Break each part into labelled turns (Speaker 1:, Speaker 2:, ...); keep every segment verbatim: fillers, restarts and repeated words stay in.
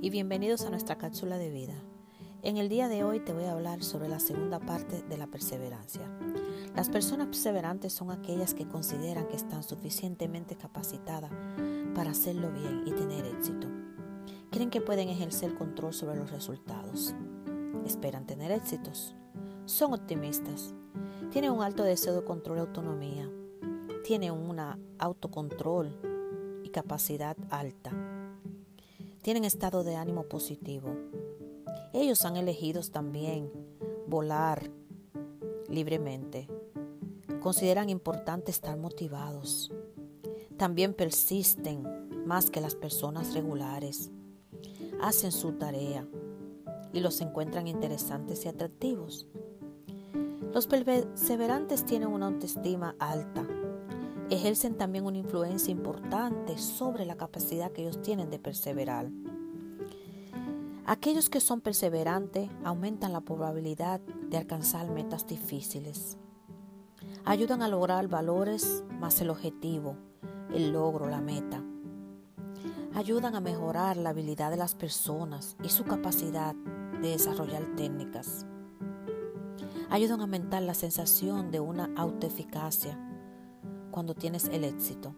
Speaker 1: y bienvenidos a nuestra cápsula de vida. En el día de hoy te voy a hablar sobre la segunda parte de la perseverancia. Las personas perseverantes son aquellas que consideran que están suficientemente capacitadas para hacerlo bien y tener éxito. Creen que pueden ejercer control sobre los resultados. Esperan tener éxitos. Son optimistas. Tienen un alto deseo de control y autonomía. Tienen un autocontrol y capacidad alta. Tienen estado de ánimo positivo. Ellos han elegido también volar libremente. Consideran importante estar motivados. También persisten más que las personas regulares. Hacen su tarea y los encuentran interesantes y atractivos. Los perseverantes tienen una autoestima alta. Ejercen también una influencia importante sobre la capacidad que ellos tienen de perseverar. Aquellos que son perseverantes aumentan la probabilidad de alcanzar metas difíciles. Ayudan a lograr valores más el objetivo, el logro, la meta. Ayudan a mejorar la habilidad de las personas y su capacidad de desarrollar técnicas. Ayudan a aumentar la sensación de una autoeficacia cuando tienes el éxito.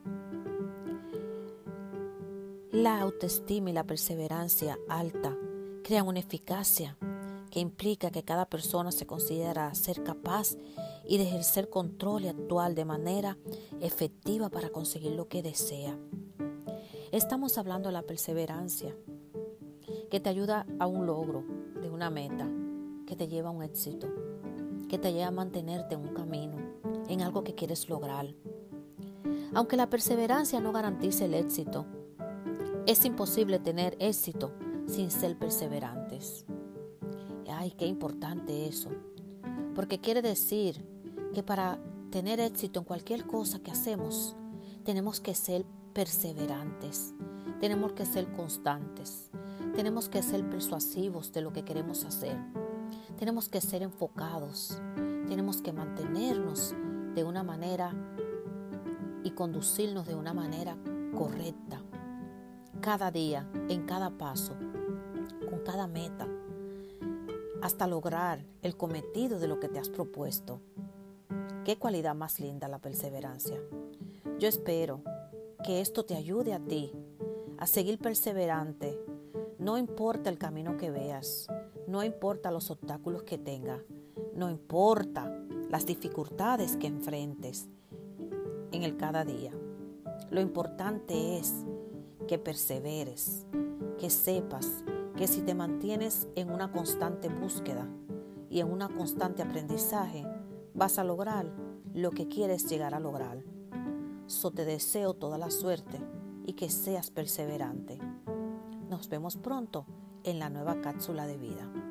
Speaker 1: La autoestima y la perseverancia alta crean una eficacia que implica que cada persona se considera ser capaz y de ejercer control y actuar de manera efectiva para conseguir lo que desea. Estamos hablando de la perseverancia, que te ayuda a un logro de una meta, que te lleva a un éxito, que te lleva a mantenerte en un camino, en algo que quieres lograr. Aunque la perseverancia no garantice el éxito, es imposible tener éxito sin ser perseverantes. Ay, qué importante eso, porque quiere decir que para tener éxito en cualquier cosa que hacemos, tenemos que ser perseverantes, tenemos que ser constantes, tenemos que ser persuasivos de lo que queremos hacer, tenemos que ser enfocados, tenemos que mantenernos de una manera y conducirnos de una manera correcta, cada día, en cada paso, con cada meta, hasta lograr el cometido de lo que te has propuesto. Qué cualidad más linda la perseverancia. Yo espero que esto te ayude a ti a seguir perseverante. No importa el camino que veas, no importa los obstáculos que tengas, no importa las dificultades que enfrentes en el cada día. Lo importante es que perseveres, que sepas que si te mantienes en una constante búsqueda y en una constante aprendizaje, vas a lograr lo que quieres llegar a lograr. So te deseo toda la suerte y que seas perseverante. Nos vemos pronto en la nueva cápsula de vida.